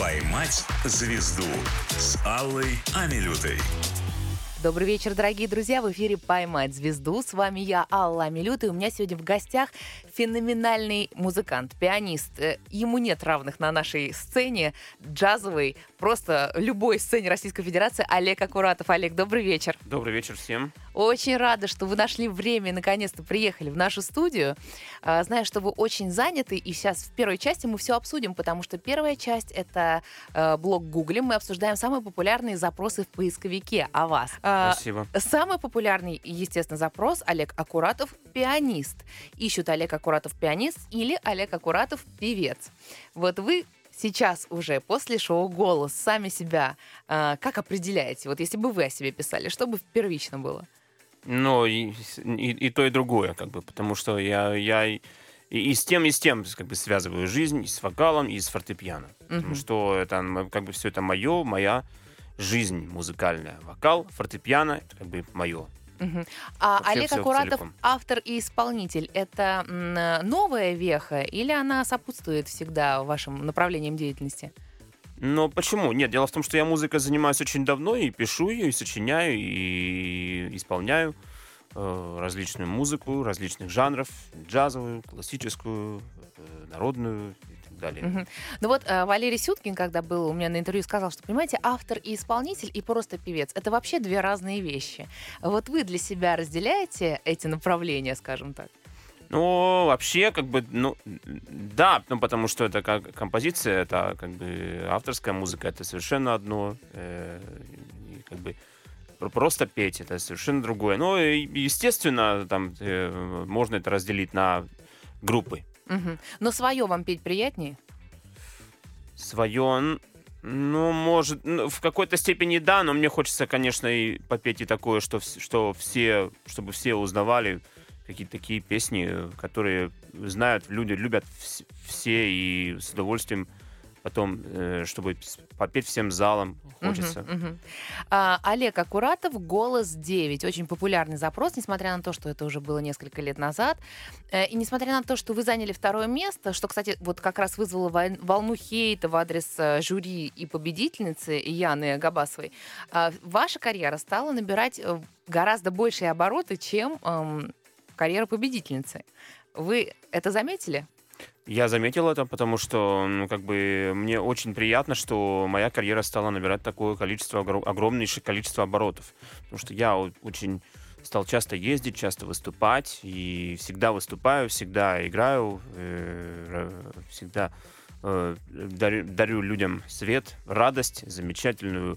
«Поймать звезду» с Аллой Амилютой. Добрый вечер, дорогие друзья. В эфире «Поймать звезду». С вами я, Алла Амилюта. И у меня сегодня в гостях феноменальный музыкант, пианист. Ему нет равных на нашей сцене, джазовой, просто любой сцене Российской Федерации. Олег Акуратов. Олег, добрый вечер. Добрый вечер всем. Очень рада, что вы нашли время и наконец-то приехали в нашу студию. Знаю, что вы очень заняты, и сейчас в первой части мы все обсудим, потому что первая часть — это блог Гуглим. Мы обсуждаем самые популярные запросы в поисковике о вас. Спасибо. Самый популярный, естественно, запрос — Олег Акуратов пианист. Ищут Олег Акуратов пианист или Олег Акуратов певец. Вот вы сейчас уже после шоу «Голос» сами себя как определяете? Вот если бы вы о себе писали, что бы первично было? Ну, и то, и другое, как бы, потому что я и с тем, как бы связываю жизнь и с вокалом, и с фортепиано. Потому что это, как бы, все это моя жизнь музыкальная. Вокал, фортепиано — это как бы мое. А Вообще Олег всё Акуратов, целиком. автор и исполнитель, это новая веха или она сопутствует всегда вашим направлениям деятельности? Но почему? Нет, дело в том, что я музыкой занимаюсь очень давно, и пишу ее, и сочиняю, и исполняю различную музыку, различных жанров, джазовую, классическую, народную и так далее. Ну вот Валерий Сюткин, когда был у меня на интервью, сказал, что, понимаете, автор и исполнитель, и просто певец — это вообще две разные вещи. Вот вы для себя разделяете эти направления, скажем так? Ну, вообще, как бы, ну, да, ну, потому что это как композиция, это как бы авторская музыка, это совершенно одно, и как бы просто петь — это совершенно другое. Ну, и, естественно, там можно это разделить на группы. Но свое вам петь приятнее? Свое, ну, может, в какой-то степени да, но мне хочется, конечно, и попеть и такое, чтобы все узнавали какие-то такие песни, которые знают, люди любят все, и с удовольствием потом, чтобы попеть всем залом, хочется. Олег Акуратов, «Голос 9». Очень популярный запрос, несмотря на то, что это уже было несколько лет назад. И несмотря на то, что вы заняли второе место, что, кстати, вот как раз вызвало волну хейта в адрес жюри и победительницы Яны Габасовой, ваша карьера стала набирать гораздо большие обороты, чем карьера победительницы. Вы это заметили? Я заметил это, потому что, ну, как бы, мне очень приятно, что моя карьера стала набирать такое количество, огромнейшее количество оборотов. Потому что я очень стал часто ездить, часто выступать, и всегда выступаю, всегда играю, всегда дарю людям свет, радость, замечательная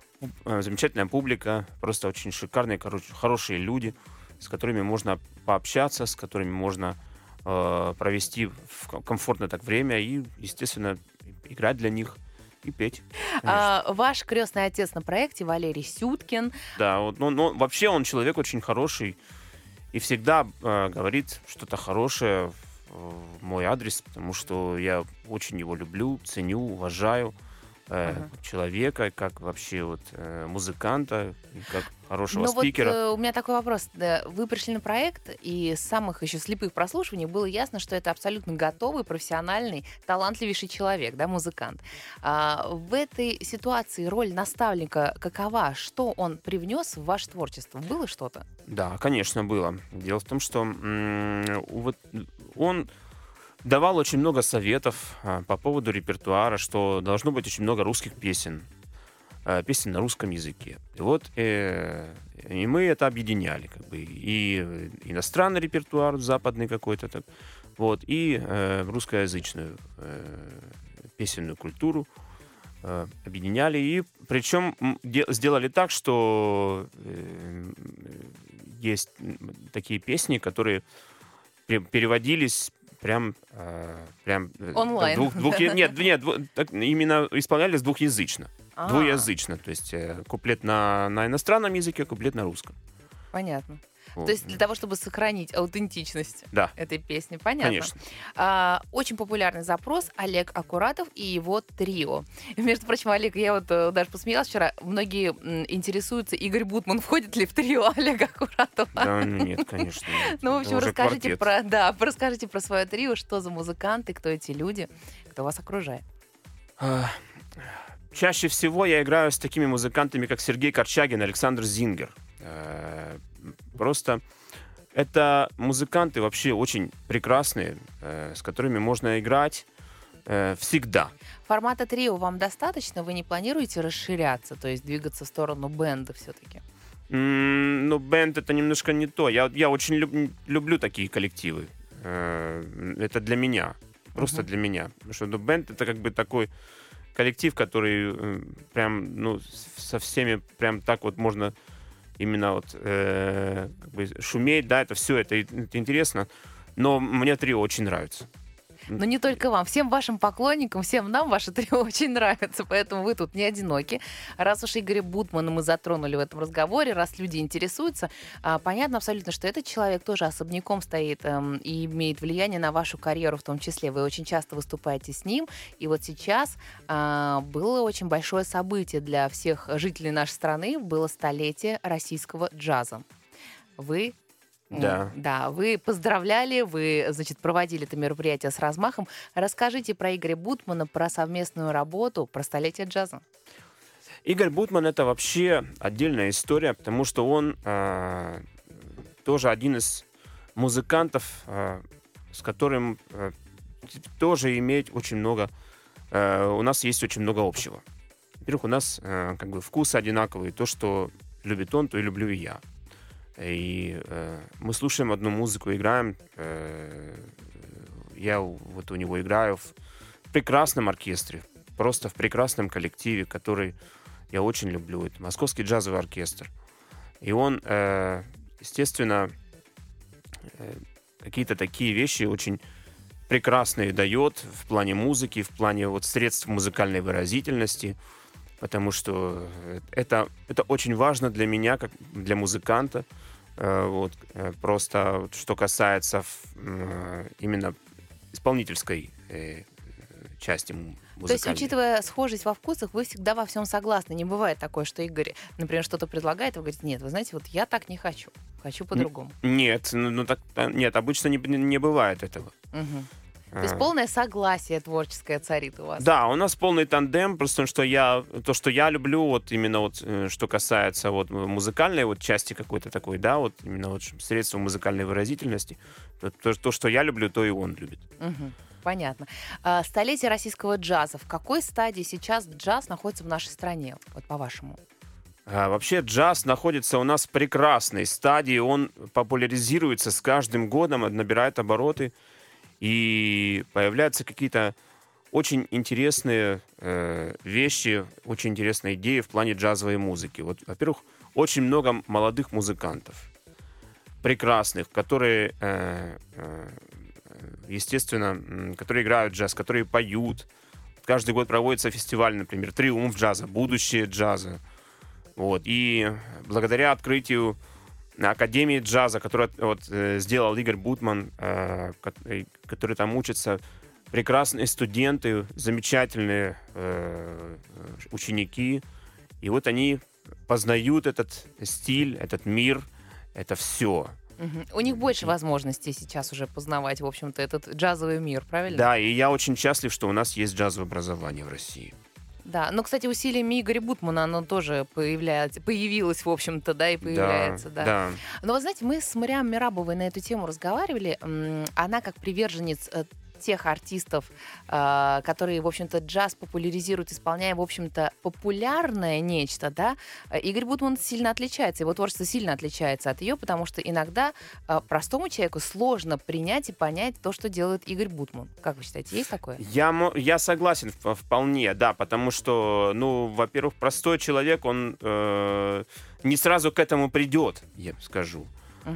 публика, просто очень шикарные, хорошие люди, с которыми можно пообщаться, с которыми можно провести комфортно так время и, естественно, играть для них и петь. Ваш крестный отец на проекте Валерий Сюткин. Да, вот, вообще он человек очень хороший и всегда говорит что-то хорошее в мой адрес, потому что я очень его люблю, ценю, уважаю. Человека, как вообще вот музыканта, и как хорошего спикера. Вот у меня такой вопрос. Вы пришли на проект, и с самых еще слепых прослушиваний было ясно, что это абсолютно готовый, профессиональный, талантливейший человек, да, музыкант. В этой ситуации роль наставника какова? Что он привнес в ваше творчество? Было что-то? Да, конечно, было. Дело в том, что вот он давал очень много советов по поводу репертуара, что должно быть очень много русских песен на русском языке. И вот и мы это объединяли, как бы, и иностранный репертуар, западный какой-то, так, вот, и русскоязычную песенную культуру объединяли, и причем сделали так, что есть такие песни, которые переводились прям онлайн. Именно исполнялись двухязычно. Двуязычно, то есть куплет на иностранном языке, куплет на русском. Понятно. Вот. То есть для того, чтобы сохранить аутентичность этой песни. Понятно. Конечно. Очень популярный запрос — Олег Акуратов и его трио. Между прочим, Олег, я вот даже посмеялась вчера, многие интересуются, Игорь Бутман входит ли в трио Олега Акуратова? Да, нет, конечно. Нет. Ну, в общем, расскажите про свое трио, что за музыканты, кто эти люди, кто вас окружает. Чаще всего я играю с такими музыкантами, как Сергей Корчагин, Александр Зингер. Просто это музыканты вообще очень прекрасные, с которыми можно играть всегда. Формата трио вам достаточно? Вы не планируете расширяться, то есть двигаться в сторону бенда все-таки? Ну, бенд — это немножко не то. Я очень люблю такие коллективы. Это для меня. Просто для меня. Потому что бенд — это как бы такой коллектив, который прям, ну, со всеми прям так вот можно именно вот как бы шуметь, да, это все, это интересно. Но мне трио очень нравится. Но не только вам, всем вашим поклонникам, всем нам ваше трио очень нравится, поэтому вы тут не одиноки. Раз уж Игоря Бутмана мы затронули в этом разговоре, раз люди интересуются, понятно абсолютно, что этот человек тоже особняком стоит и имеет влияние на вашу карьеру в том числе. Вы очень часто выступаете с ним, и вот сейчас было очень большое событие для всех жителей нашей страны, было столетие российского джаза. Вы Да, вы поздравляли, вы, значит, проводили это мероприятие с размахом. Расскажите про Игоря Бутмана, про совместную работу, про столетие джаза. Игорь Бутман — это вообще отдельная история, потому что он тоже один из музыкантов, с которым тоже имеет очень много, у нас есть очень много общего. Во-первых, у нас как бы вкусы одинаковые, то, что любит он, то и люблю и я. И мы слушаем одну музыку, играем. Я вот у него играю в прекрасном оркестре, просто в прекрасном коллективе, который я очень люблю. Это Московский джазовый оркестр. И он, естественно, какие-то такие вещи очень прекрасные дает в плане музыки, в плане вот средств музыкальной выразительности, потому что это очень важно для меня, как для музыканта. Вот, просто что касается именно исполнительской части музыкальной. То есть, учитывая схожесть во вкусах, вы всегда во всем согласны. Не бывает такое, что Игорь, например, что-то предлагает, вы говорите: нет, вы знаете, вот я так не хочу, хочу по-другому. Нет, нет, обычно не бывает этого. Угу. То есть полное согласие творческое царит у вас. Да, у нас полный тандем, просто что то, что я люблю, вот именно вот, что касается вот музыкальной вот части какой-то такой, да, вот именно вот средства музыкальной выразительности, то, что я люблю, то и он любит. Угу. Понятно. Столетие российского джаза. В какой стадии сейчас джаз находится в нашей стране, вот по-вашему? Вообще джаз находится у нас в прекрасной стадии, он популяризируется с каждым годом, набирает обороты. И появляются какие-то очень интересные вещи, очень интересные идеи в плане джазовой музыки. Вот, во-первых, очень много молодых музыкантов, прекрасных, которые, естественно, которые играют джаз, которые поют. Каждый год проводится фестиваль, например, «Триумф джаза», «Будущее джаза». Вот. И благодаря открытию Академии джаза, которую вот, сделал Игорь Бутман, который там учатся прекрасные студенты, замечательные ученики. И вот они познают этот стиль, этот мир, это все. У них больше возможностей сейчас уже познавать, в общем-то, этот джазовый мир, правильно? Да, и я очень счастлив, что у нас есть джазовое образование в России. Да, но, кстати, усилиями Игоря Бутмана оно тоже появилось, в общем-то, да, и появляется. Да. Но, вы знаете, мы с Мариам Мерабовой на эту тему разговаривали. Она, как приверженец тех артистов, которые, в общем-то, джаз популяризируют, исполняя, в общем-то, популярное нечто, да, Игорь Бутман сильно отличается, его творчество сильно отличается от ее, потому что иногда простому человеку сложно принять и понять то, что делает Игорь Бутман. Как вы считаете, есть такое? Я согласен вполне, да, потому что, ну, во-первых, простой человек, он не сразу к этому придет, я скажу.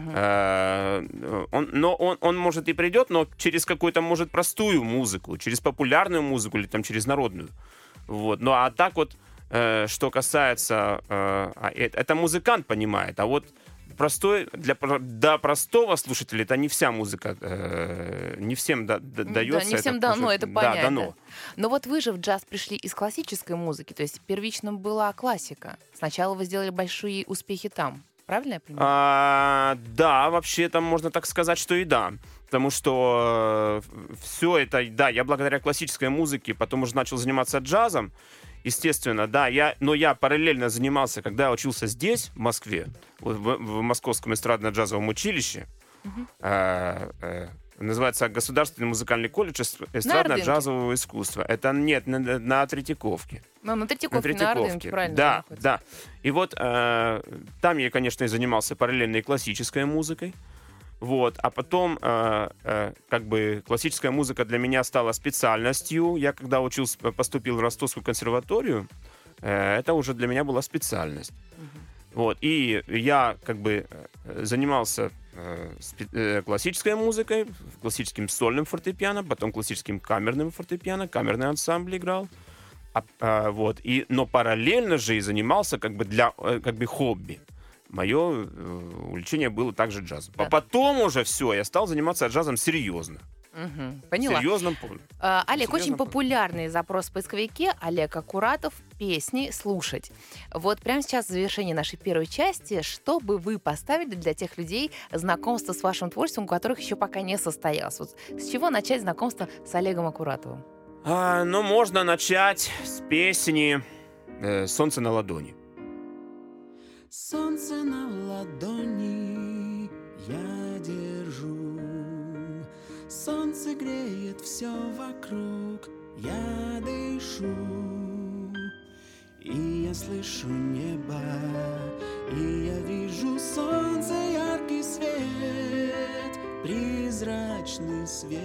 Он может и придет, но через какую-то, может, простую музыку, через популярную музыку или там через народную. Вот. Ну а так вот, что касается, это музыкант понимает, а вот для простого слушателя это не вся музыка, не всем дается. Да, не всем дано, это понятно. Да, дано. Но вот вы же в джаз пришли из классической музыки, то есть первичным была классика. Сначала вы сделали большие успехи там. Правильно я понимаю? Да, вообще там можно так сказать, что и да. Потому что все это, да, я благодаря классической музыке потом уже начал заниматься джазом. естественно, да. Но я параллельно занимался, когда я учился здесь, в Москве, в Московском эстрадно-джазовом училище, называется Государственный музыкальный колледж эстрадно-джазового искусства. Это на Третьяковке. На Третьяковке, на Ордынке, правильно. Да, да. И вот там я, конечно, и занимался параллельно и классической музыкой. Вот. А потом как бы классическая музыка для меня стала специальностью. Я когда поступил в Ростовскую консерваторию, это уже для меня была специальность. Вот. И я как бы занимался классической музыкой, классическим сольным фортепиано, потом классическим камерным фортепиано, камерный ансамбль играл. Вот. Но параллельно же и занимался как бы хобби. Мое увлечение было также джазом. Да. А потом уже все, я стал заниматься джазом серьезно. Поняла. Серьезным. Олег, очень популярный запрос в поисковике. Олег Аккуратов, песни слушать. Вот прямо сейчас в завершении нашей первой части, что бы вы поставили для тех людей знакомство с вашим творчеством, у которых еще пока не состоялось? Вот с чего начать знакомство с Олегом Аккуратовым? Можно начать с песни «Солнце на ладони». Солнце на ладони я держу, солнце греет все вокруг, я дышу, и я слышу небо, и я вижу солнце, яркий свет, призрачный свет.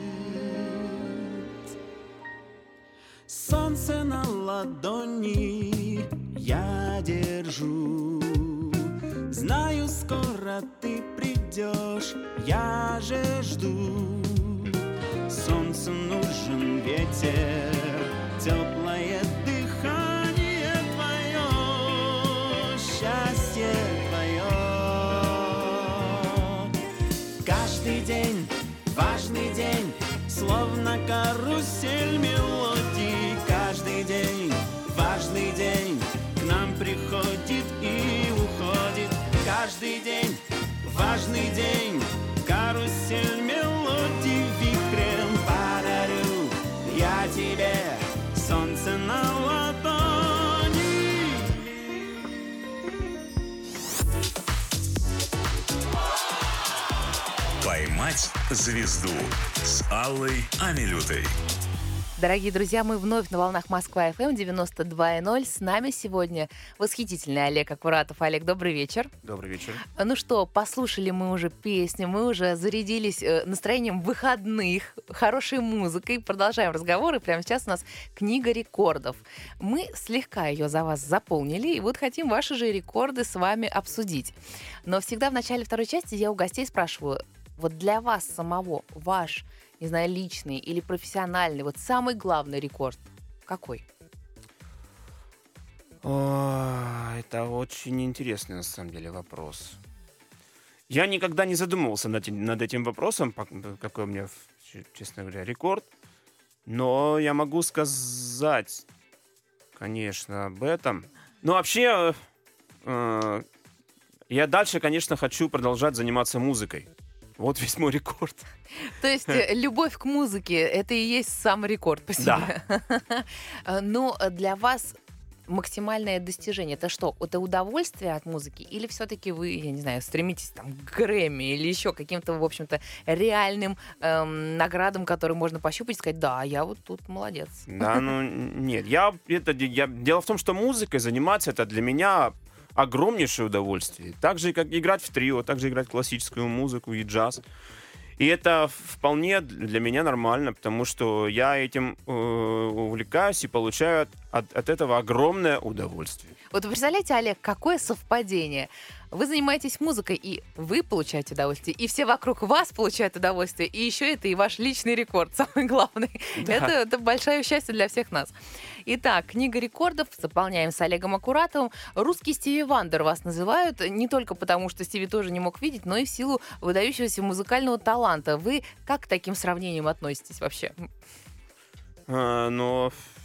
Солнце на ладони я держу, знаю, скоро ты придешь, я же жду. Солнцу нужен ветер, теплое дыхание твое, счастье твое. Каждый день, важный день, словно карусель мелодий. Каждый день, важный день, к нам приходит и уходит. Каждый день, важный день, карусель мелодий вихрем подарю я тебе солнце на ладони. «Поймать звезду» с Аллой Амилютой. Дорогие друзья, мы вновь на волнах Москва-ФМ 92.0. С нами сегодня восхитительный Олег Аккуратов. Олег, добрый вечер. Добрый вечер. Ну что, послушали мы уже песни, мы уже зарядились настроением выходных, хорошей музыкой. Продолжаем разговор, и прямо сейчас у нас книга рекордов. Мы слегка ее за вас заполнили, и вот хотим ваши же рекорды с вами обсудить. Но всегда в начале второй части я у гостей спрашиваю, вот для вас самого, ваш, не знаю, личный или профессиональный, вот самый главный рекорд какой? Это очень интересный, на самом деле, вопрос. Я никогда не задумывался над этим вопросом, какой у меня, честно говоря, рекорд. Но я могу сказать, конечно, об этом. Но вообще, я дальше, конечно, хочу продолжать заниматься музыкой. Вот весь мой рекорд. То есть любовь к музыке — это и есть сам рекорд по себе. Да. Но для вас максимальное достижение — это что? Это удовольствие от музыки? Или все-таки вы, я не знаю, стремитесь там, к Грэмми или еще каким-то, в общем-то, реальным наградам, которые можно пощупать и сказать, да, я вот тут молодец? Да, ну нет. Дело в том, что музыкой заниматься — это для меня огромнейшее удовольствие. Так же, как играть в трио, так же играть классическую музыку и джаз. И это вполне для меня нормально, потому что я этим увлекаюсь и получаю от этого огромное удовольствие. Вот вы представляете, Олег, какое совпадение? Вы занимаетесь музыкой, и вы получаете удовольствие, и все вокруг вас получают удовольствие, и еще это и ваш личный рекорд, самый главный. Да. Это большое счастье для всех нас. Итак, книга рекордов, заполняем с Олегом Аккуратовым. Русский Стиви Вандер вас называют, не только потому, что Стиви тоже не мог видеть, но и в силу выдающегося музыкального таланта. Вы как к таким сравнениям относитесь вообще?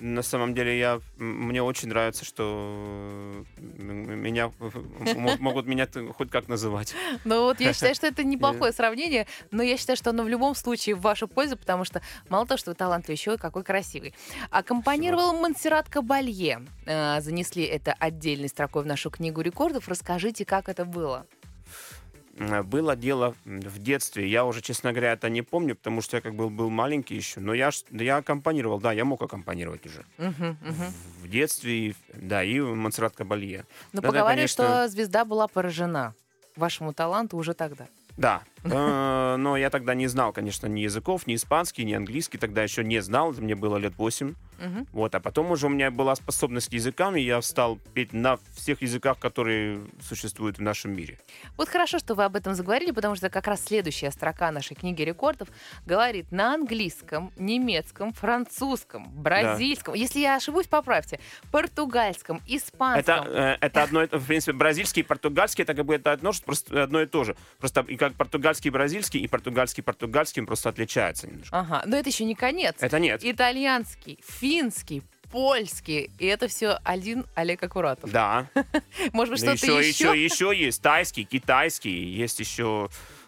на самом деле мне очень нравится, что меня могут меня хоть как называть. Ну вот я считаю, что это неплохое сравнение, но я считаю, что оно в любом случае в вашу пользу, потому что мало того, что вы талантливый, еще и какой красивый. Аккомпанировал Монсеррат Кабалье. Занесли это отдельной строкой в нашу книгу рекордов. Расскажите, как это было? Было дело в детстве. Я уже, честно говоря, это не помню, потому что я как бы был маленький еще. Но я аккомпанировал, да, я мог аккомпанировать уже. В детстве, да, и Монсеррат Кабалье. Но Да, поговаривают, конечно. что звезда была поражена вашему таланту уже тогда. Да, но я тогда не знал, конечно, ни языков, ни испанский, ни английский. Тогда еще не знал, мне было лет 8. Вот, а потом уже у меня была способность к языкам, и я стал петь на всех языках, которые существуют в нашем мире. Вот хорошо, что вы об этом заговорили, потому что как раз следующая строка нашей книги рекордов говорит на английском, немецком, французском, бразильском, если я ошибусь, поправьте, португальском, испанском. Это одно, в принципе, бразильский и португальский, это как бы это просто одно и то же. Просто и как португальский и бразильский, и португальский просто отличаются немножко. Ага, но это еще не конец. Это нет. Итальянский, финский, польский, и это все один Олег Аккуратов. Да. Может быть, Ну, что-то еще? Еще есть тайский, китайский, есть еще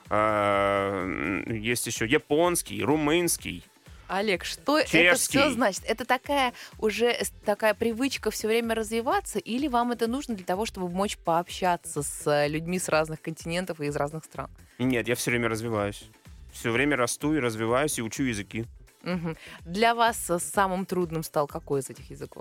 японский, румынский. Олег, что это Чешский. все значит? Это такая привычка все время развиваться, или вам это нужно для того, чтобы мочь пообщаться с людьми с разных континентов и из разных стран? Нет, я все время развиваюсь. Все время расту и развиваюсь, и учу языки. Мгм. Для вас самым трудным стал какой из этих языков?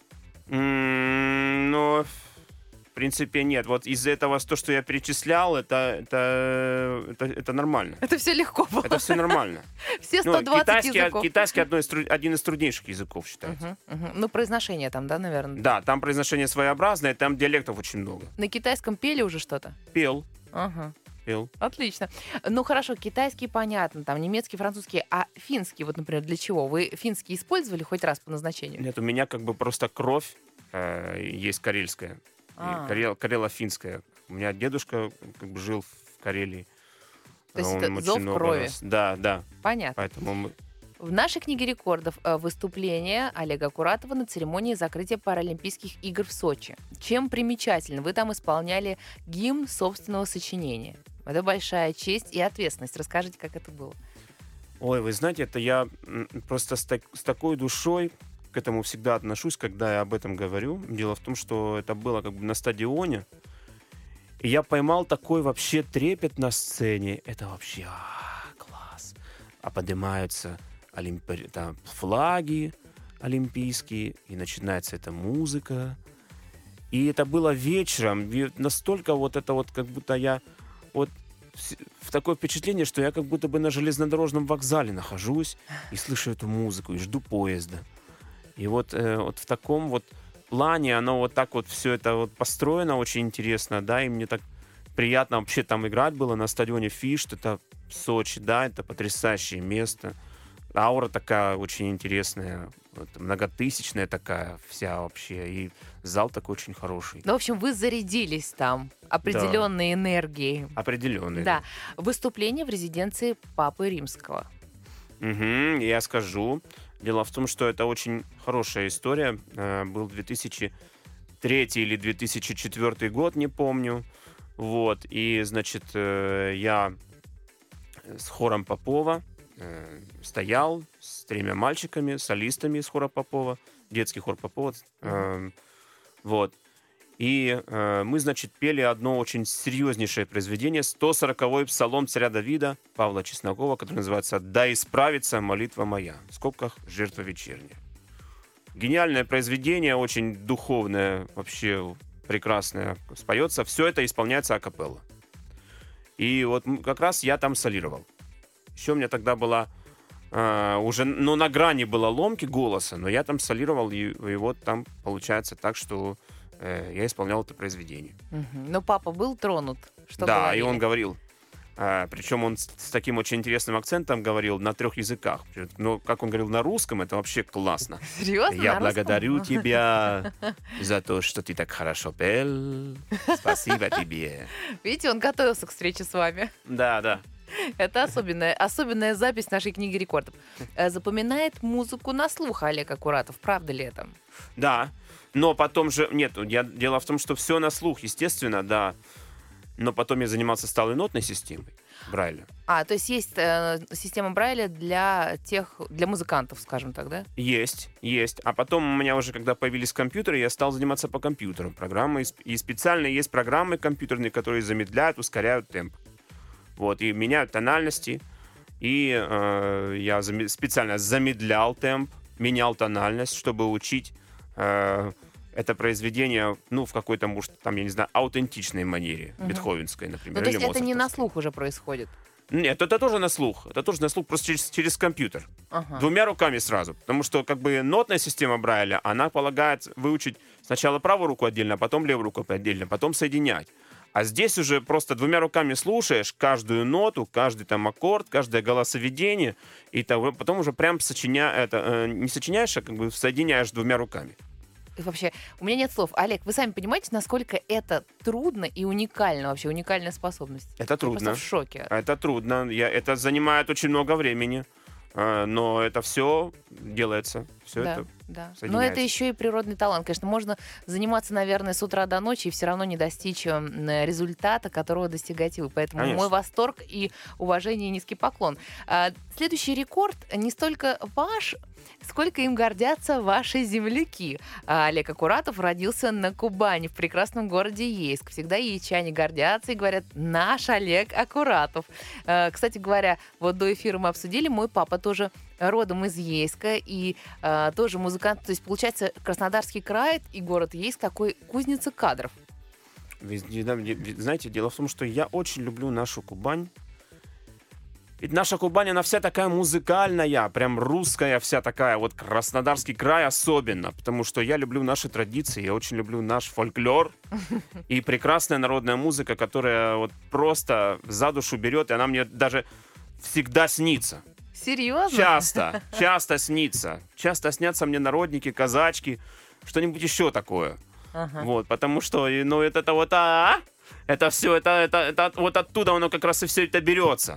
Но, в принципе, нет. Вот из-за этого, то, что я перечислял, это нормально. Это все легко было. Это все нормально. Все 120 языков. Китайский один из труднейших языков считается. Ну, произношение там, да, наверное? Да, там произношение своеобразное, там диалектов очень много. На китайском пели уже что-то? Пел. Ага. Отлично. Ну хорошо, китайский понятно, там немецкий, французский, а финский, вот, например, для чего? Вы финский использовали хоть раз по назначению? Нет, у меня как бы просто кровь есть карельская, карело-финская. У меня дедушка как бы жил в Карелии. То есть Он это очень зов много крови? раз- Да. Понятно. Поэтому В нашей книге рекордов выступление Олега Аккуратова на церемонии закрытия Паралимпийских игр в Сочи. Чем примечательно? Вы там исполняли гимн собственного сочинения. Это большая честь и ответственность. Расскажите, как это было. Ой, вы знаете, это я просто с такой душой к этому всегда отношусь, когда я об этом говорю. Дело в том, что это было как бы на стадионе, и я поймал такой вообще трепет на сцене. Это вообще класс. А поднимаются там флаги олимпийские, и начинается эта музыка. И это было вечером. И настолько вот это вот, как будто я вот в такое впечатление, что я как будто бы на железнодорожном вокзале нахожусь и слышу эту музыку, и жду поезда. И вот в таком вот плане оно вот так вот все это вот построено очень интересно, да, и мне так приятно вообще там играть было на стадионе Фишт, это в Сочи, да, это потрясающее место. Аура такая очень интересная, вот, многотысячная такая вся вообще, и зал такой очень хороший. Ну, в общем, вы зарядились там определенной энергией. Определенный. Да. Выступление в резиденции Папы Римского. Я скажу. Дело в том, что это очень хорошая история. Был 2003 или 2004 год, не помню. Вот. И, значит, я с хором Попова стоял с 3 мальчиками, солистами из хора Попова, детский хор Попова. Вот. И мы, значит, пели одно очень серьезнейшее произведение, 140-й псалом царя Давида Павла Чеснокова, который называется «Да исправится молитва моя», в скобках «Жертва вечерняя». Гениальное произведение, очень духовное, вообще прекрасное, споется. Все это исполняется акапелла. И вот как раз я там солировал. Еще у меня тогда была уже, ну, на грани была ломки голоса, но я там солировал, и вот там получается так, что я исполнял это произведение. Но папа был тронут, что Да, говорили? и он говорил, причем он с таким очень интересным акцентом говорил на 3 языках. Но, как он говорил на русском, это вообще классно. Серьезно? Я На русском? благодарю тебя за то, что ты так хорошо пел. Спасибо тебе. Видите, он готовился к встрече с вами. Да. Это особенная запись нашей книги рекордов. Запоминает музыку на слух Олег Акуратов. Правда ли это? Да, но потом же... Нет, дело в том, что все на слух, естественно, да. Но потом я занимался сталой нотной системой Брайля. То есть есть система Брайля для музыкантов, скажем так, да? Есть. А потом у меня уже, когда появились компьютеры, я стал заниматься по компьютеру. Программы, и специально есть программы компьютерные, которые замедляют, ускоряют темп. Вот, и меняют тональности. И я специально замедлял темп, менял тональность, чтобы учить это произведение, в какой-то, может, там, я не знаю, аутентичной манере, бетховенской, например. То есть это не на слух уже происходит? Нет, это тоже на слух. Это тоже на слух, просто через компьютер. Ага. Двумя руками сразу. Потому что, нотная система Брайля, она полагает выучить сначала правую руку отдельно, а потом левую руку отдельно, потом соединять. А здесь уже просто двумя руками слушаешь каждую ноту, каждый там аккорд, каждое голосоведение, и потом уже прям не сочиняешь, а соединяешь двумя руками. Вообще, у меня нет слов. Олег, вы сами понимаете, насколько это трудно и уникально, вообще уникальная способность? Это трудно. Я просто в шоке. Это трудно. Это занимает очень много времени. Но это все делается. Все это соединяется. Но это еще и природный талант. Конечно, можно заниматься, наверное, с утра до ночи и все равно не достичь результата, которого достигаете вы. Поэтому Конечно. Мой восторг и уважение, и низкий поклон. Следующий рекорд не столько ваш, сколько им гордятся ваши земляки. Олег Акуратов родился на Кубани, в прекрасном городе Ейск. Всегда яичане гордятся и говорят: наш Олег Акуратов. Кстати говоря, вот до эфира мы обсудили, мой папа тоже родом из Ейска и тоже музыкант. То есть, получается, Краснодарский край и город Ейск такой кузница кадров. Знаете, дело в том, что я очень люблю нашу Кубань. Ведь наша Кубань, она вся такая музыкальная, прям русская вся такая, вот Краснодарский край особенно, потому что я люблю наши традиции, я очень люблю наш фольклор и прекрасная народная музыка, которая вот просто за душу берет, и она мне даже всегда снится. Серьезно? Часто снится. Часто снятся мне народники, казачки, что-нибудь еще такое. Ага. Вот, потому что, это все, это вот оттуда оно как раз и все это берется.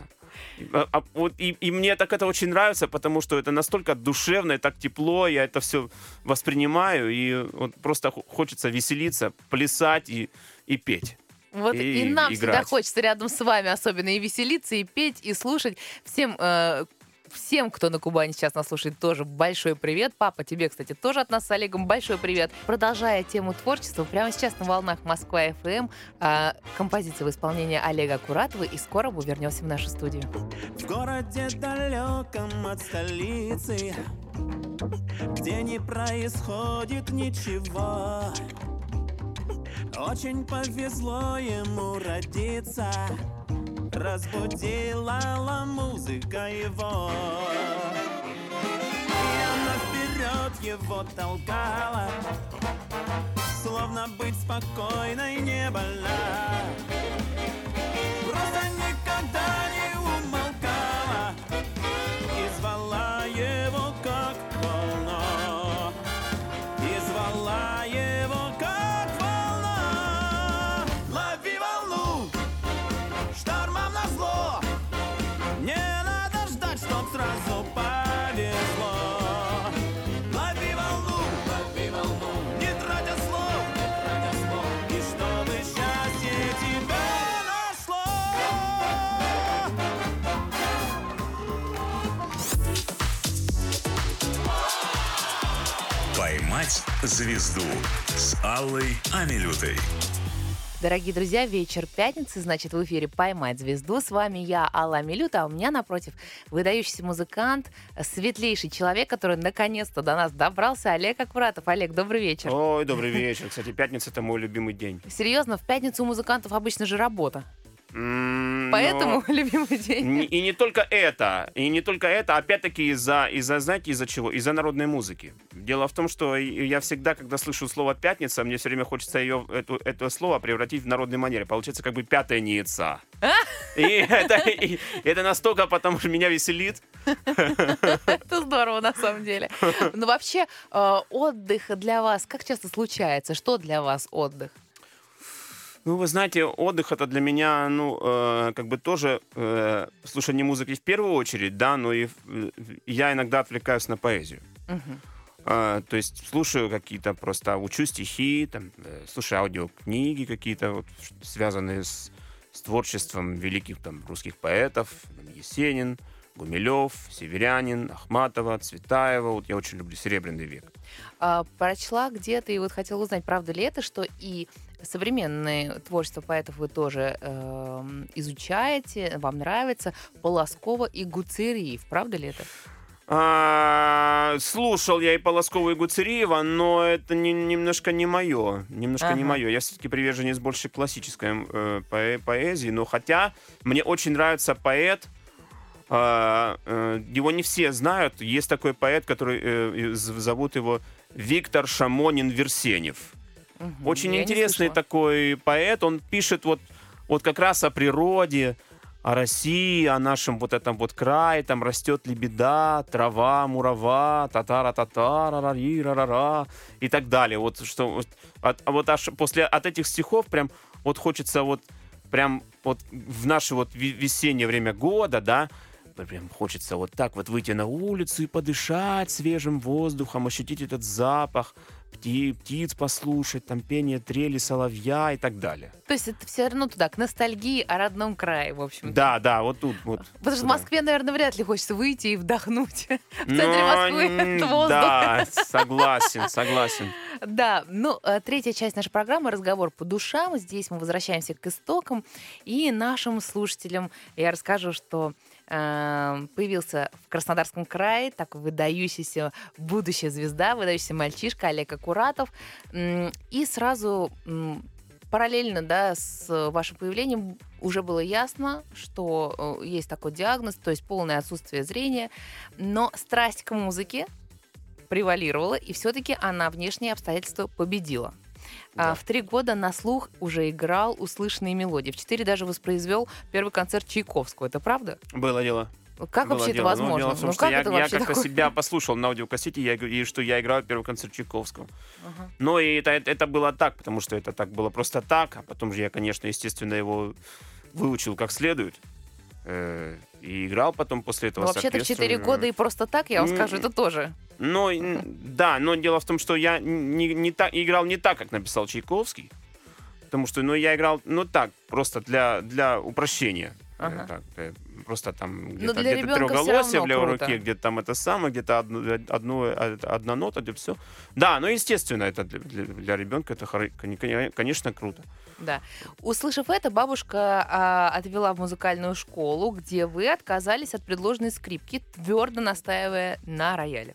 И мне так это очень нравится, потому что это настолько душевно и так тепло, я это все воспринимаю, и вот просто хочется веселиться, плясать и петь. Вот и нам играть. всегда хочется рядом с вами особенно и веселиться, и петь, и слушать. Всем, кто на Кубани сейчас нас слушает, тоже большой привет. Папа, тебе, кстати, тоже от нас с Олегом большой привет. Продолжая тему творчества, прямо сейчас на волнах Москва-ФМ композиция в исполнении Олега Акуратова, и скоро мы вернемся в нашу студию. В городе далеком от столицы, где не происходит ничего, очень повезло ему родиться. Разбудила музыка его, и она вперед его толкала, словно быть спокойной не больна. Просто никогда не умолкала и звала его как волна, и звала его как волна. Лови волну, штормом назло, не надо ждать, чтоб сразу повезло. Лови волну, не тратя слов, и чтобы счастье тебя нашло. «Поймать звезду» с Аллой Амилютой. Дорогие друзья, вечер пятницы, значит, в эфире «Поймать звезду». С вами я, Алла Амилюта, а у меня напротив выдающийся музыкант, светлейший человек, который наконец-то до нас добрался, Олег Акуратов. Олег, добрый вечер. Ой, добрый вечер. Кстати, пятница — это мой любимый день. Серьезно, в пятницу у музыкантов обычно же работа. Поэтому любимый день. И не только это, опять-таки знаете, из-за чего? Из-за народной музыки. Дело в том, что я всегда, когда слышу слово «пятница», мне все время хочется это слово превратить в народной манере. Получается как бы «пятница». И это настолько, потому что меня веселит. Это здорово, на самом деле. Но вообще, отдых для вас как часто случается? Что для вас отдых? Ну, вы знаете, отдых это для меня, ну, как бы тоже слушание музыки в первую очередь, да, но и я иногда отвлекаюсь на поэзию. Мгм. То есть слушаю какие-то просто, учу стихи, там, слушаю аудиокниги какие-то, вот, связанные с творчеством великих там русских поэтов, там, Есенин, Гумилев, Северянин, Ахматова, Цветаева. Вот я очень люблю «Серебряный век». Прочла где-то и вот хотела узнать, правда ли это, что и современное творчество поэтов вы тоже изучаете, вам нравится, Полоскова и Гуцериев. Правда ли это? Слушал я и Полоскова, и Гуцериева, но это немножко не мое. Немножко не Ага. мое. Я все-таки приверженец больше классической поэзии. Но хотя мне очень нравится поэт, его не все знают. Есть такой поэт, который зовут его Виктор Шамонин-Версенев. Мгм. Очень Я не интересный слышала. такой поэт. Он пишет вот как раз о природе, о России, о нашем вот этом вот крае. Там растет лебеда, трава, мурава, татара-татара, ра и так далее. Вот что вот аж после от этих стихов прям вот хочется вот прям вот в наше вот весеннее время года, да, прям хочется вот так вот выйти на улицу и подышать свежим воздухом, ощутить этот запах, птиц послушать, там пение трели соловья и так далее. То есть это все равно туда, к ностальгии о родном крае, в общем. Да, вот тут. Вот, Потому что в туда. Москве, наверное, вряд ли хочется выйти и вдохнуть в Ну, центре Москвы этот воздух. Да, согласен. Да, ну, третья часть нашей программы «Разговор по душам». Здесь мы возвращаемся к истокам. И нашим слушателям я расскажу, что появился в Краснодарском крае такой выдающийся будущая звезда, выдающийся мальчишка Олег Акуратов. И сразу параллельно, да, с вашим появлением уже было ясно, что есть такой диагноз, то есть полное отсутствие зрения, но страсть к музыке превалировала, и все-таки она внешние обстоятельства победила. Да. В 3 года на слух уже играл услышанные мелодии. В 4 даже воспроизвел первый концерт Чайковского. Это правда? Было дело. Как Было вообще это дело. Но возможно? дело в том, Ну, что как я это вообще как-то такое? себя послушал на аудиокассете, и что я играл первый концерт Чайковского. Ага. Но и это было так, потому что это так было просто так, а потом же я, конечно, естественно, его выучил как следует. И играл потом после этого Ну, с вообще-то в оркестром. 4 года и просто так, я вам скажу, это тоже. Но, да, но дело в том, что я играл не так, как написал Чайковский, потому что я играл, так, просто для упрощения. Ага. Так, просто там для где-то ребенка трехголосие всё в равно левой круто. руке, где-то там это самое, где-то одна нота, где все. Да, ну, естественно, это для ребенка это, конечно, круто. Да. Услышав это, бабушка отвела в музыкальную школу, где вы отказались от предложенной скрипки, твердо настаивая на рояле.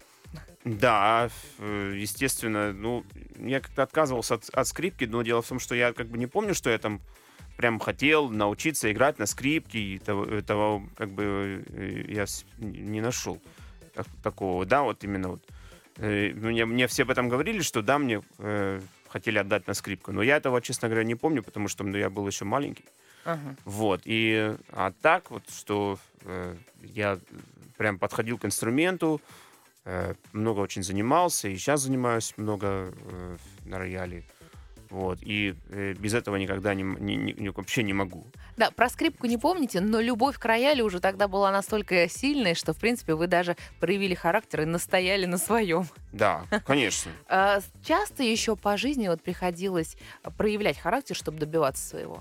Да, естественно, я как-то отказывался от скрипки, но дело в том, что я как бы не помню, что я там прям хотел научиться играть на скрипке, и этого как бы я не нашел такого, да, вот именно вот. Мне все об этом говорили, что да, мне хотели отдать на скрипку, но я этого, честно говоря, не помню, потому что я был еще маленький. Ага. Вот, а так вот, что я прям подходил к инструменту, много очень занимался, и сейчас занимаюсь много на рояле. Вот, и без этого никогда вообще не могу. Да, про скрипку не помните, но любовь к роялю уже тогда была настолько сильной, что, в принципе, вы даже проявили характер и настояли на своем. Да, конечно. Часто еще по жизни вот приходилось проявлять характер, чтобы добиваться своего?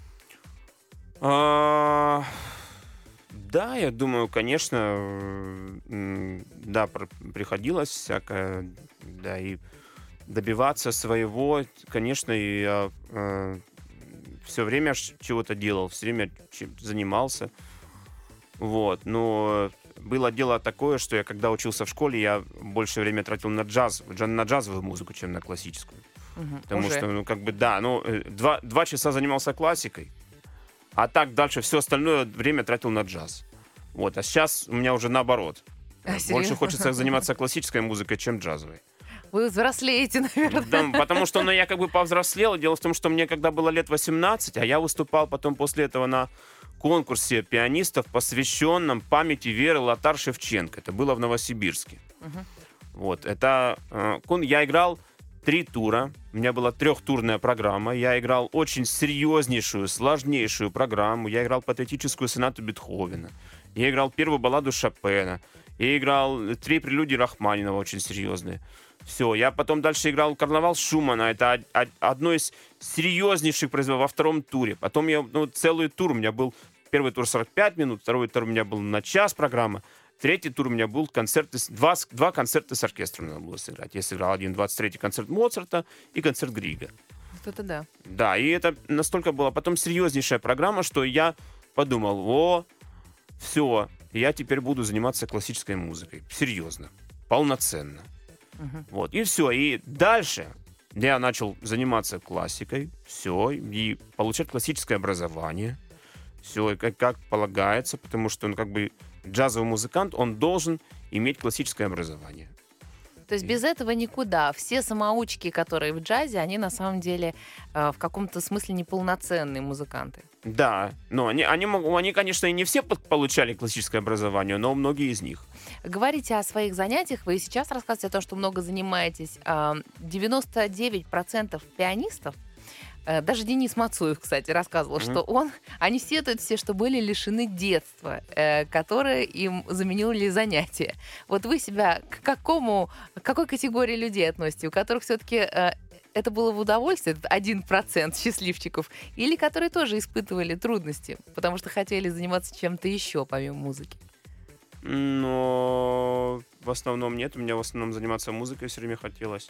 Да, я думаю, конечно, да, приходилось всякое, да, и добиваться своего, конечно, и я все время чего-то делал, все время занимался, вот, но было дело такое, что я, когда учился в школе, я больше время тратил на джазовую музыку, чем на классическую, потому Уже. что, 2 часа занимался классикой, а так дальше все остальное время тратил на джаз. Вот, а сейчас у меня уже наоборот. Серьезно? Больше хочется заниматься классической музыкой, чем джазовой. Вы взрослеете, наверное. Да, потому что я как бы повзрослел. Дело в том, что мне когда было лет 18, а я выступал потом после этого на конкурсе пианистов, посвященном памяти Веры Лотар-Шевченко. Это было в Новосибирске. Вот, это я играл 3 тура. У меня была 3-турная программа. Я играл очень серьезнейшую, сложнейшую программу. Я играл патетическую сонату Бетховена. Я играл первую балладу Шопена. Я играл 3 прелюдии Рахманинова, очень серьезные. Все, я потом дальше играл «Карнавал» Шумана. Это одно из серьезнейших произведений во 2-м туре. Потом я целый тур у меня был. Первый тур 45 минут, второй тур у меня был на час программа. 3-й тур у меня был два концерта с оркестром надо было сыграть. Я сыграл 23-й концерт Моцарта и концерт Грига. Вот это да. Да, и это настолько была потом серьезнейшая программа, что я подумал, все, я теперь буду заниматься классической музыкой. Серьезно, полноценно. Вот, и все. И дальше я начал заниматься классикой, все, и получать классическое образование. Все, как полагается, потому что он джазовый музыкант, он должен иметь классическое образование. То есть без этого никуда. Все самоучки, которые в джазе, они на самом деле в каком-то смысле неполноценные музыканты. Да, но они, конечно, и не все получали классическое образование, но многие из них. Говорите о своих занятиях. Вы сейчас рассказываете о том, что много занимаетесь. 99% пианистов, даже Денис Мацуев, кстати, рассказывал, что они сетуют все, что были лишены детства, которое им заменили занятия. Вот вы себя к какой категории людей относите, у которых все-таки это было в удовольствие, этот 1% счастливчиков, или которые тоже испытывали трудности, потому что хотели заниматься чем-то еще, помимо музыки? Но в основном нет. У меня в основном заниматься музыкой все время хотелось.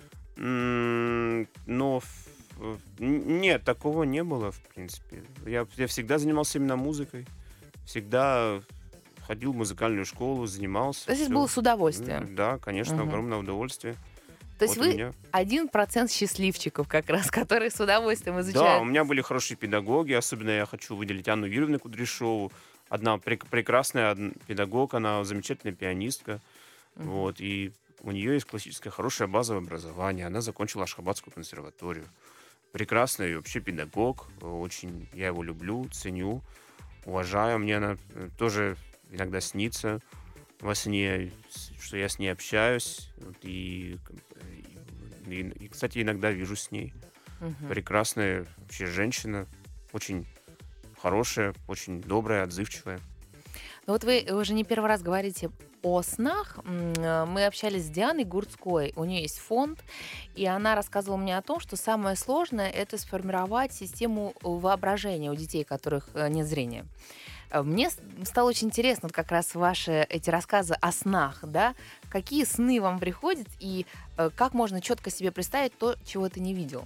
Но нет, такого не было, в принципе. Я всегда занимался именно музыкой. Всегда ходил в музыкальную школу, занимался. То есть это было с удовольствием? Да, конечно, огромное удовольствие. То есть вы 1% счастливчиков как раз, которые с удовольствием изучают? Да, у меня были хорошие педагоги. Особенно я хочу выделить Анну Юрьевну Кудряшову. Одна прекрасная педагог, она замечательная пианистка. Вот, и у нее есть классическое хорошее базовое образование. Она закончила Ашхабадскую консерваторию. Прекрасный вообще педагог. Очень я его люблю, ценю, уважаю. Мне она тоже иногда снится во сне, что я с ней общаюсь. И кстати, иногда вижу с ней. Прекрасная вообще женщина. Очень хорошая, очень добрая, отзывчивая. Ну вот вы уже не первый раз говорите о снах. Мы общались с Дианой Гурцкой. У нее есть фонд, и она рассказывала мне о том, что самое сложное — это сформировать систему воображения у детей, у которых нет зрения. Мне стало очень интересно как раз ваши эти рассказы о снах, да? Какие сны вам приходят, и как можно четко себе представить то, чего ты не видел?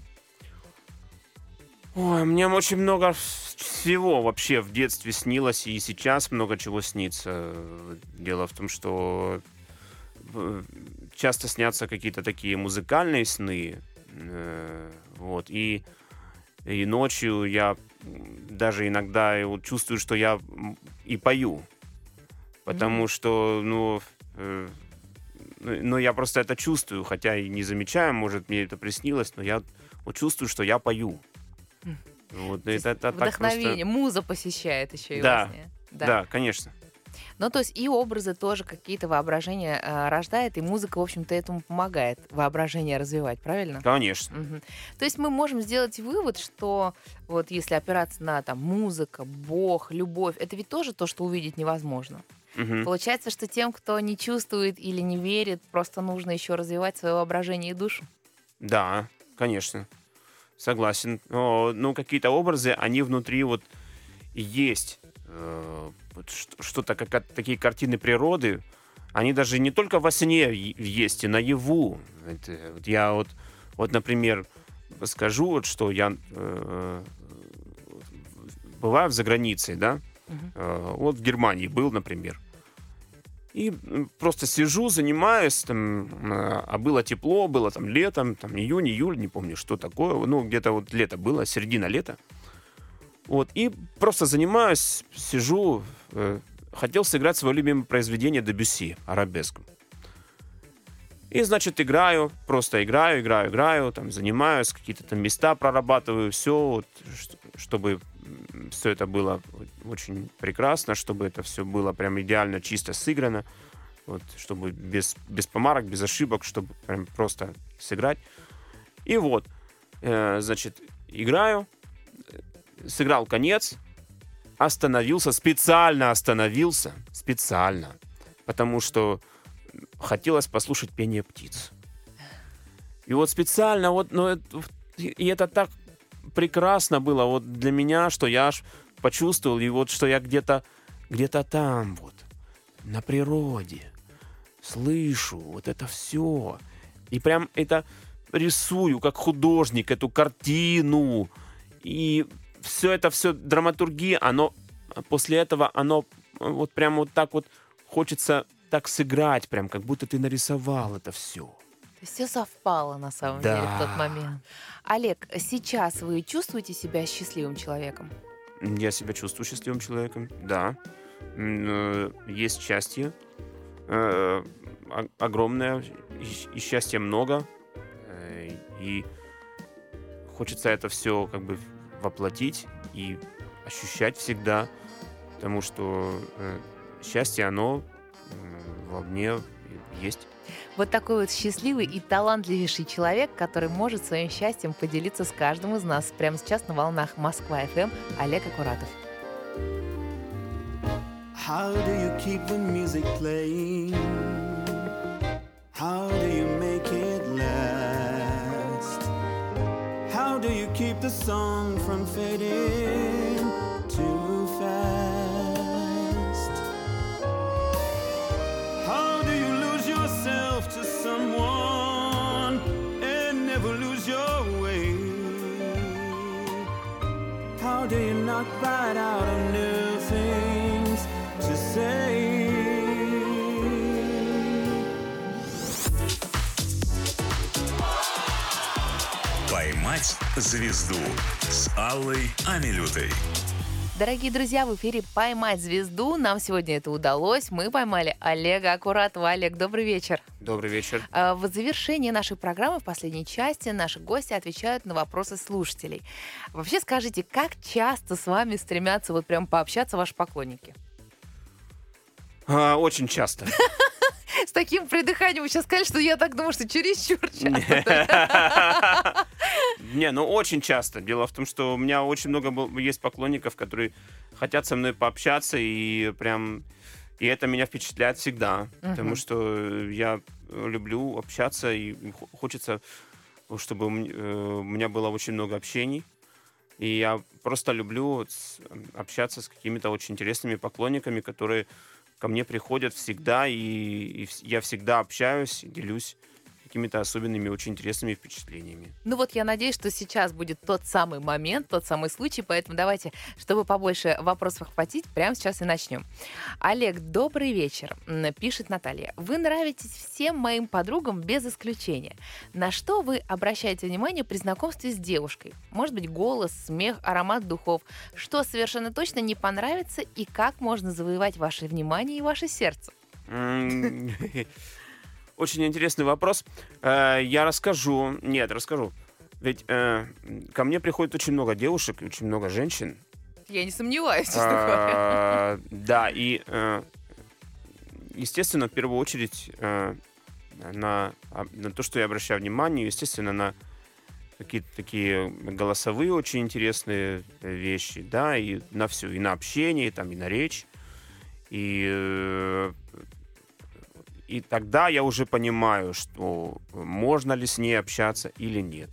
Ой, мне очень много всего вообще в детстве снилось, и сейчас много чего снится. Дело в том, что часто снятся какие-то такие музыкальные сны. Вот, и ночью я даже иногда чувствую, что я и пою. Потому что, я просто это чувствую, хотя и не замечаю, может, мне это приснилось, но я чувствую, что я пою. Вот, это вдохновение, просто... муза посещает еще и во сне. Да, конечно. Ну, то есть и образы тоже какие-то воображения рождает, и музыка, в общем-то, этому помогает воображение развивать, правильно? Конечно. То есть мы можем сделать вывод, что вот если опираться на музыка, Бог, любовь, это ведь тоже то, что увидеть невозможно. Получается, что тем, кто не чувствует или не верит, просто нужно еще развивать свое воображение и душу? Да, конечно. Согласен. Какие-то образы, они внутри есть. Что-то, такие картины природы, они даже не только во сне есть, и наяву. Я например, скажу, что я бываю за границей, да? В Германии был, например. И просто сижу, занимаюсь, а было тепло, было летом, июнь, июль, не помню, что такое, где-то лето было, середина лета. И просто занимаюсь, сижу, хотел сыграть свое любимое произведение Дебюсси, арабеску. И, значит, играю, занимаюсь, какие-то места прорабатываю, все, чтобы все это было очень прекрасно, чтобы это все было прям идеально, чисто сыграно, чтобы без помарок, без ошибок, чтобы прям просто сыграть. И вот, значит, играю, сыграл конец, специально остановился, потому что хотелось послушать пение птиц. И вот специально, и это так прекрасно было вот для меня, что я аж почувствовал, и вот что я где-то там вот, на природе, слышу вот это все. И прям это рисую, как художник, эту картину. И все драматургия, после этого вот прям вот так вот хочется так сыграть, прям как будто ты нарисовал это все. То есть все совпало на самом деле в тот момент. Олег, сейчас вы чувствуете себя счастливым человеком? Я себя чувствую счастливым человеком, да. Есть счастье огромное, и счастья много. И хочется это все как бы воплотить и ощущать всегда, потому что счастье, оно во мне есть. Вот такой вот счастливый и талантливейший человек, который может своим счастьем поделиться с каждым из нас. Прямо сейчас на волнах Москва-ФМ Олег Акуратов. How do you keep the music playing? How do you make it last? How do you keep the song from fading too fast? How do you lose yourself to someone and never lose your way? How do you not write out of new things to say? «Поймать звезду» с Аллой Амилютой. Дорогие друзья, в эфире «Поймать звезду». Нам сегодня это удалось. Мы поймали Олега Акуратова. Олег, добрый вечер. Добрый вечер. В завершении нашей программы, в последней части, наши гости отвечают на вопросы слушателей. Вообще скажите, как часто с вами стремятся вот прям пообщаться ваши поклонники? Очень часто. С таким придыханием вы сейчас сказали, что я так думаю, что чересчур часто. Не, очень часто. Дело в том, что у меня очень много есть поклонников, которые хотят со мной пообщаться, и это меня впечатляет всегда, потому что я люблю общаться, и хочется, чтобы у меня было очень много общений. И я просто люблю общаться с какими-то очень интересными поклонниками, которые ко мне приходят всегда, и я всегда общаюсь, делюсь какими-то особенными, очень интересными впечатлениями. Ну вот я надеюсь, что сейчас будет тот самый момент, тот самый случай, поэтому давайте, чтобы побольше вопросов охватить, прямо сейчас и начнем. Олег, добрый вечер, пишет Наталья. Вы нравитесь всем моим подругам без исключения. На что вы обращаете внимание при знакомстве с девушкой? Может быть, голос, смех, аромат духов. Что совершенно точно не понравится и как можно завоевать ваше внимание и ваше сердце? Очень интересный вопрос. Я расскажу. Ведь ко мне приходит очень много девушек, очень много женщин. Я не сомневаюсь, честно говоря. Да, и, естественно, в первую очередь на то, что я обращаю внимание, естественно, на какие-то такие голосовые очень интересные вещи, да, и на все, и на общение, там, и на речь. И тогда я уже понимаю, что можно ли с ней общаться или нет.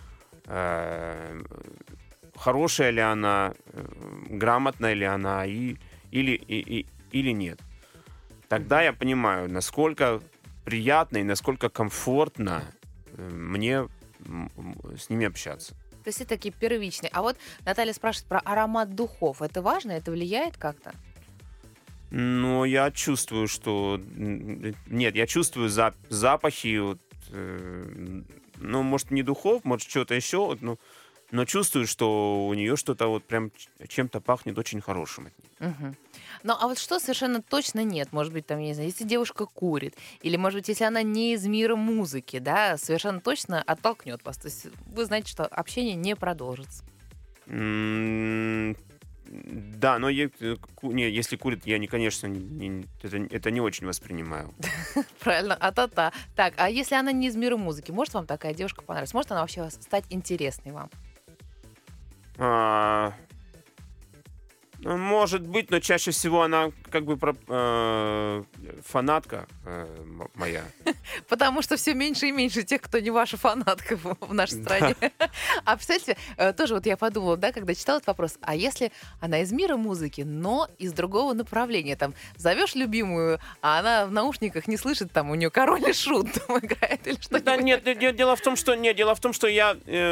Хорошая ли она, грамотная ли она или нет. Тогда я понимаю, насколько приятно и насколько комфортно мне с ними общаться. То есть это такие первичные. А вот Наталья спрашивает про аромат духов. Это важно? Это влияет как-то? Ну, я чувствую, что... Нет, я чувствую запахи, может, не духов, может, что-то еще, но чувствую, что у нее что-то вот прям чем-то пахнет очень хорошим от нее. Угу. Ну, а вот что совершенно точно нет? Может быть, там, я не знаю, если девушка курит, или, может быть, если она не из мира музыки, да, совершенно точно оттолкнет вас. То есть вы знаете, что общение не продолжится. Да, но если курит, я, конечно, это не очень воспринимаю. Правильно, а-та-та. Так, а если она не из мира музыки, может вам такая девушка понравиться? Может она вообще стать интересной вам? Может быть, но чаще всего она как бы фанатка моя. Потому что все меньше и меньше тех, кто не ваша фанатка в нашей стране. А представьте, тоже вот я подумала, да, когда читала этот вопрос, а если она из мира музыки, но из другого направления, там, зовешь любимую, а она в наушниках не слышит, там, у нее Король и Шут там играет или что-нибудь. Да, нет, дело в том, что я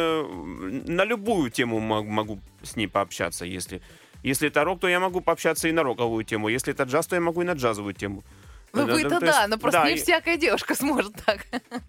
на любую тему могу с ней пообщаться, Если это рок, то я могу пообщаться и на роковую тему. Если это джаз, то я могу и на джазовую тему. Ну, вы-то да, но просто не всякая девушка сможет так.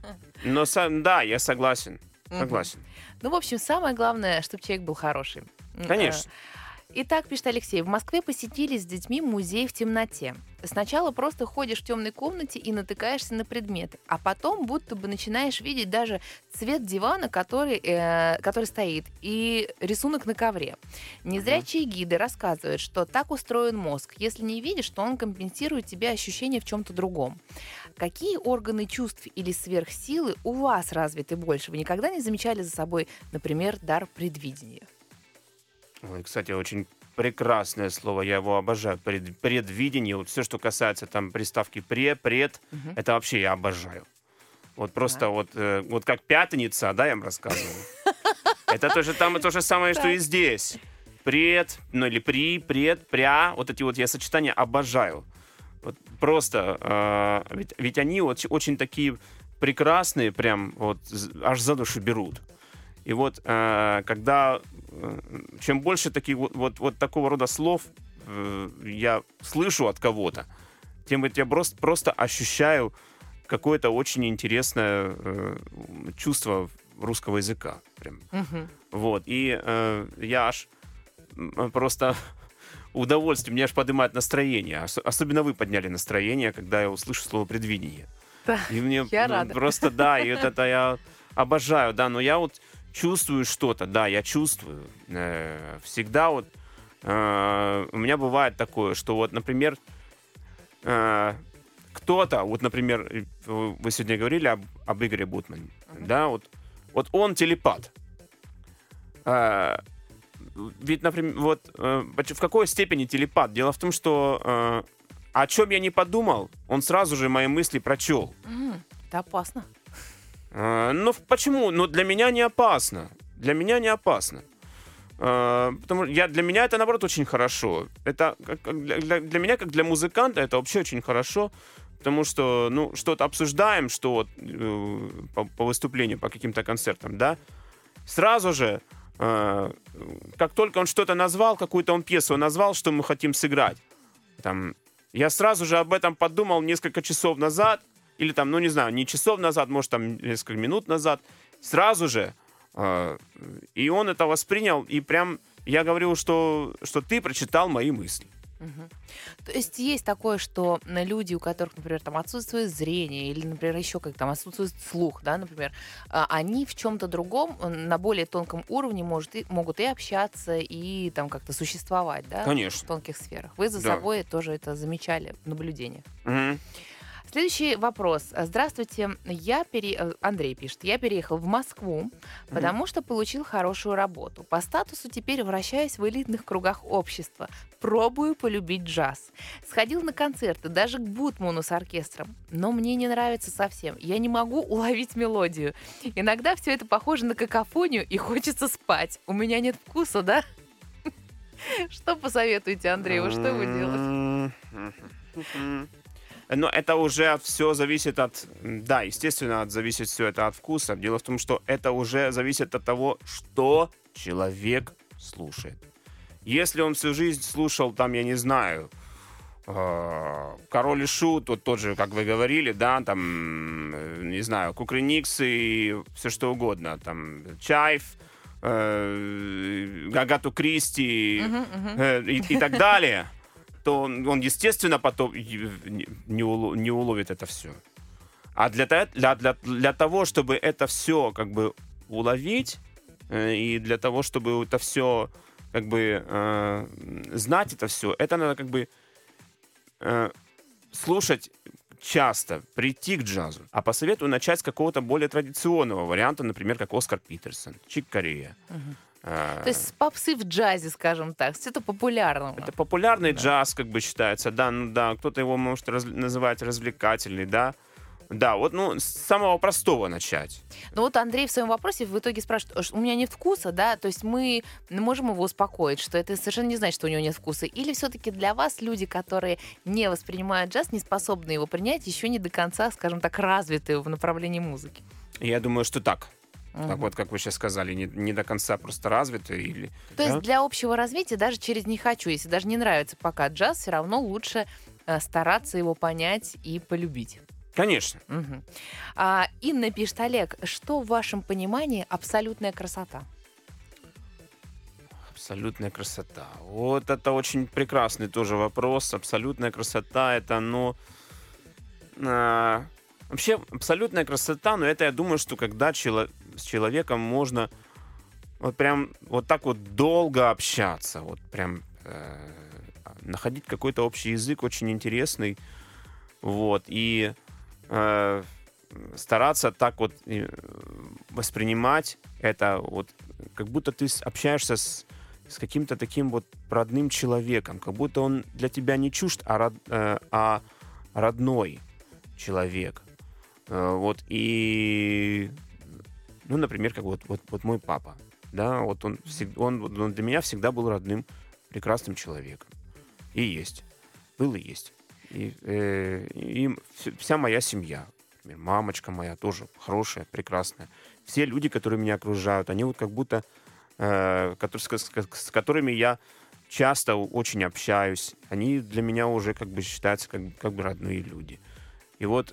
Да, я согласен. Согласен. Ну, в общем, самое главное, чтобы человек был хороший. Конечно. Итак, пишет Алексей, в Москве посетили с детьми музей в темноте. Сначала просто ходишь в темной комнате и натыкаешься на предметы, а потом будто бы начинаешь видеть даже цвет дивана, который стоит, и рисунок на ковре. Незрячие гиды рассказывают, что так устроен мозг. Если не видишь, то он компенсирует тебе ощущение в чем-то другом. Какие органы чувств или сверхсилы у вас развиты больше? Вы никогда не замечали за собой, например, дар предвидения? Ой, кстати, очень прекрасное слово, я его обожаю. Предвидение, вот все, что касается там приставки пред, это вообще я обожаю. Вот просто вот как пятница, да, я вам рассказывал. Это то же самое, что и здесь. Пред, ну или пред, пря, вот эти вот я сочетания обожаю. Вот просто, ведь они очень такие прекрасные, прям вот аж за душу берут. И вот когда чем больше таких вот такого рода слов я слышу от кого-то, тем я просто ощущаю какое-то очень интересное чувство русского языка. Прям. Вот. И я аж просто удовольствие, мне аж поднимает настроение. Особенно вы подняли настроение, когда я услышу слово «предвидение». Да, и мне я рада. Просто, да, и вот это я обожаю, да, но я вот чувствую что-то, да, я чувствую. Всегда вот у меня бывает такое, что вот, например, кто-то, вот, например, вы сегодня говорили об Игоре Бутмане, да, вот он телепат. Ведь, например, вот в какой степени телепат? Дело в том, что о чем я не подумал, он сразу же мои мысли прочел. Это опасно. Ну, почему? Ну, для меня не опасно. Для меня не опасно. Потому что для меня это, наоборот, очень хорошо. Это для меня, как для музыканта, это вообще очень хорошо. Потому что, ну, что-то обсуждаем, что вот по выступлению, по каким-то концертам, да, сразу же, как только он что-то назвал, какую-то он пьесу назвал, что мы хотим сыграть, там, я сразу же об этом подумал несколько часов назад, или там, ну не знаю, не часов назад, может там несколько минут назад, сразу же, и он это воспринял, и прям я говорю, что ты прочитал мои мысли. То есть есть такое, что люди, у которых, например, там отсутствует зрение или, например, еще как там отсутствует слух, да, например, они в чем-то другом, на более тонком уровне могут и общаться, и там как-то существовать, да? Конечно. В тонких сферах. Вы за собой тоже это замечали, наблюдение. Угу. Следующий вопрос. Здравствуйте. Андрей пишет. Я переехал в Москву, потому что получил хорошую работу. По статусу теперь вращаюсь в элитных кругах общества. Пробую полюбить джаз. Сходил на концерты, даже к Бутману с оркестром. Но мне не нравится совсем. Я не могу уловить мелодию. Иногда все это похоже на какофонию и хочется спать. У меня нет вкуса, да? Что посоветуете, Андрей? Что вы делаете? Но это уже все зависит да, естественно, зависит все это от вкуса. Дело в том, что это уже зависит от того, что человек слушает. Если он всю жизнь слушал, там, я не знаю, Король и Шут, тот же, как вы говорили, да, там, не знаю, Кукрыниксы и все что угодно, там, Чайф, Агату Кристи и так далее, то он, естественно, потом не уловит это все. А для того, чтобы это все как бы уловить, и для того, чтобы это все как бы знать это все, это надо как бы слушать часто, прийти к джазу. А посоветую начать с какого-то более традиционного варианта, например, как Оскар Питерсон, Чик Корея. То есть с попсы в джазе, скажем так, с это популярного. Это популярный джаз, как бы считается, да, ну да, кто-то его может называть развлекательный, да. Да, вот, ну, с самого простого начать. Ну вот Андрей в своем вопросе в итоге спрашивает, у меня нет вкуса, да, то есть мы можем его успокоить, что это совершенно не значит, что у него нет вкуса. Или все-таки для вас люди, которые не воспринимают джаз, не способны его принять, еще не до конца, скажем так, развиты в направлении музыки? Я думаю, что так. Так вот, как вы сейчас сказали, не до конца просто развиты. Или, то есть для общего развития даже через «не хочу», если даже не нравится пока джаз, все равно лучше стараться его понять и полюбить. Конечно. Угу. Инна пишет: Олег, что в вашем понимании абсолютная красота? Абсолютная красота. Вот это очень прекрасный тоже вопрос. Абсолютная красота — это, ну... вообще, абсолютная красота, но это, я думаю, что когда с человеком можно вот прям вот так вот долго общаться, вот прям находить какой-то общий язык очень интересный, вот, и стараться так вот воспринимать это вот, как будто ты общаешься с каким-то таким вот родным человеком, как будто он для тебя не чужд, а родной человек. Вот, и, ну, например, как вот мой папа, да, вот он для меня всегда был родным, прекрасным человеком. И есть. Был и есть. И вся моя семья, например, мамочка моя тоже хорошая, прекрасная. Все люди, которые меня окружают, они вот как будто, с которыми я часто очень общаюсь, они для меня уже как бы считаются как бы родные люди. И вот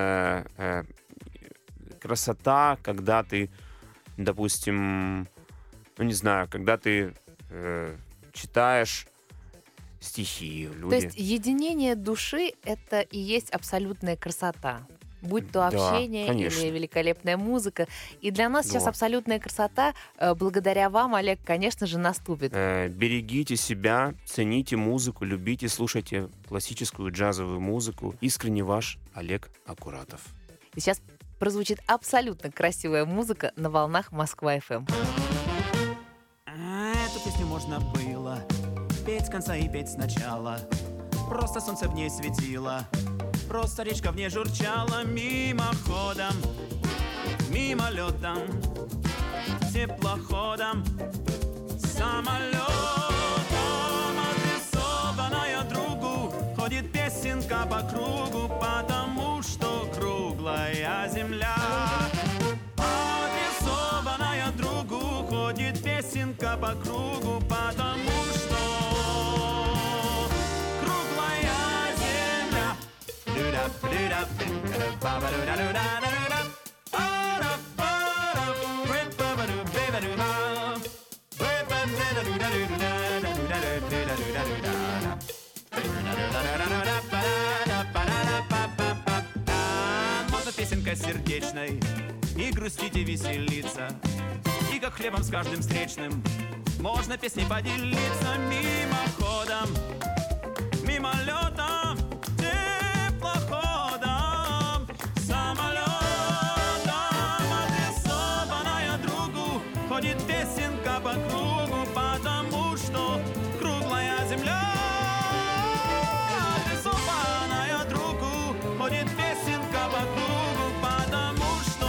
красота, когда ты, допустим, ну не знаю, когда ты читаешь стихи, люди. То есть единение души — это и есть абсолютная красота. Будь то общение, да, или великолепная музыка. И для нас сейчас абсолютная красота, благодаря вам, Олег, конечно же, наступит. Берегите себя, цените музыку, любите, слушайте классическую джазовую музыку. Искренне ваш Олег Акуратов. И сейчас прозвучит абсолютно красивая музыка на волнах Москва-ФМ. Эту песню можно было петь с конца и петь сначала. Просто солнце в ней светило, просто речка в ней журчала. Мимоходом, мимолетом, теплоходом, самолетом адресованная другу. Ходит песенка по кругу, потому что круглая земля. Адресованная другу, ходит песенка по кругу, потому что можно песенкой сердечной и грустить, и веселиться, и как хлебом с каждым встречным можно песней поделиться. Мимоходом, мимолетом, теплоходом, самолетом адресованная другу. Ходит песенка по кругу, потому что круглая земля. Адресованная другу, ходит песенка по кругу, потому что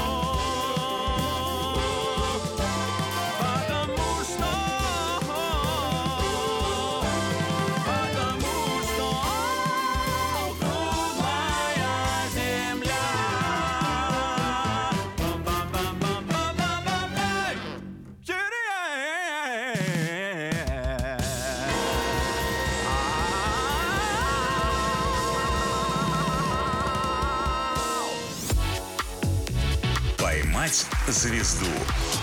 круглая земля. «Поймать звезду»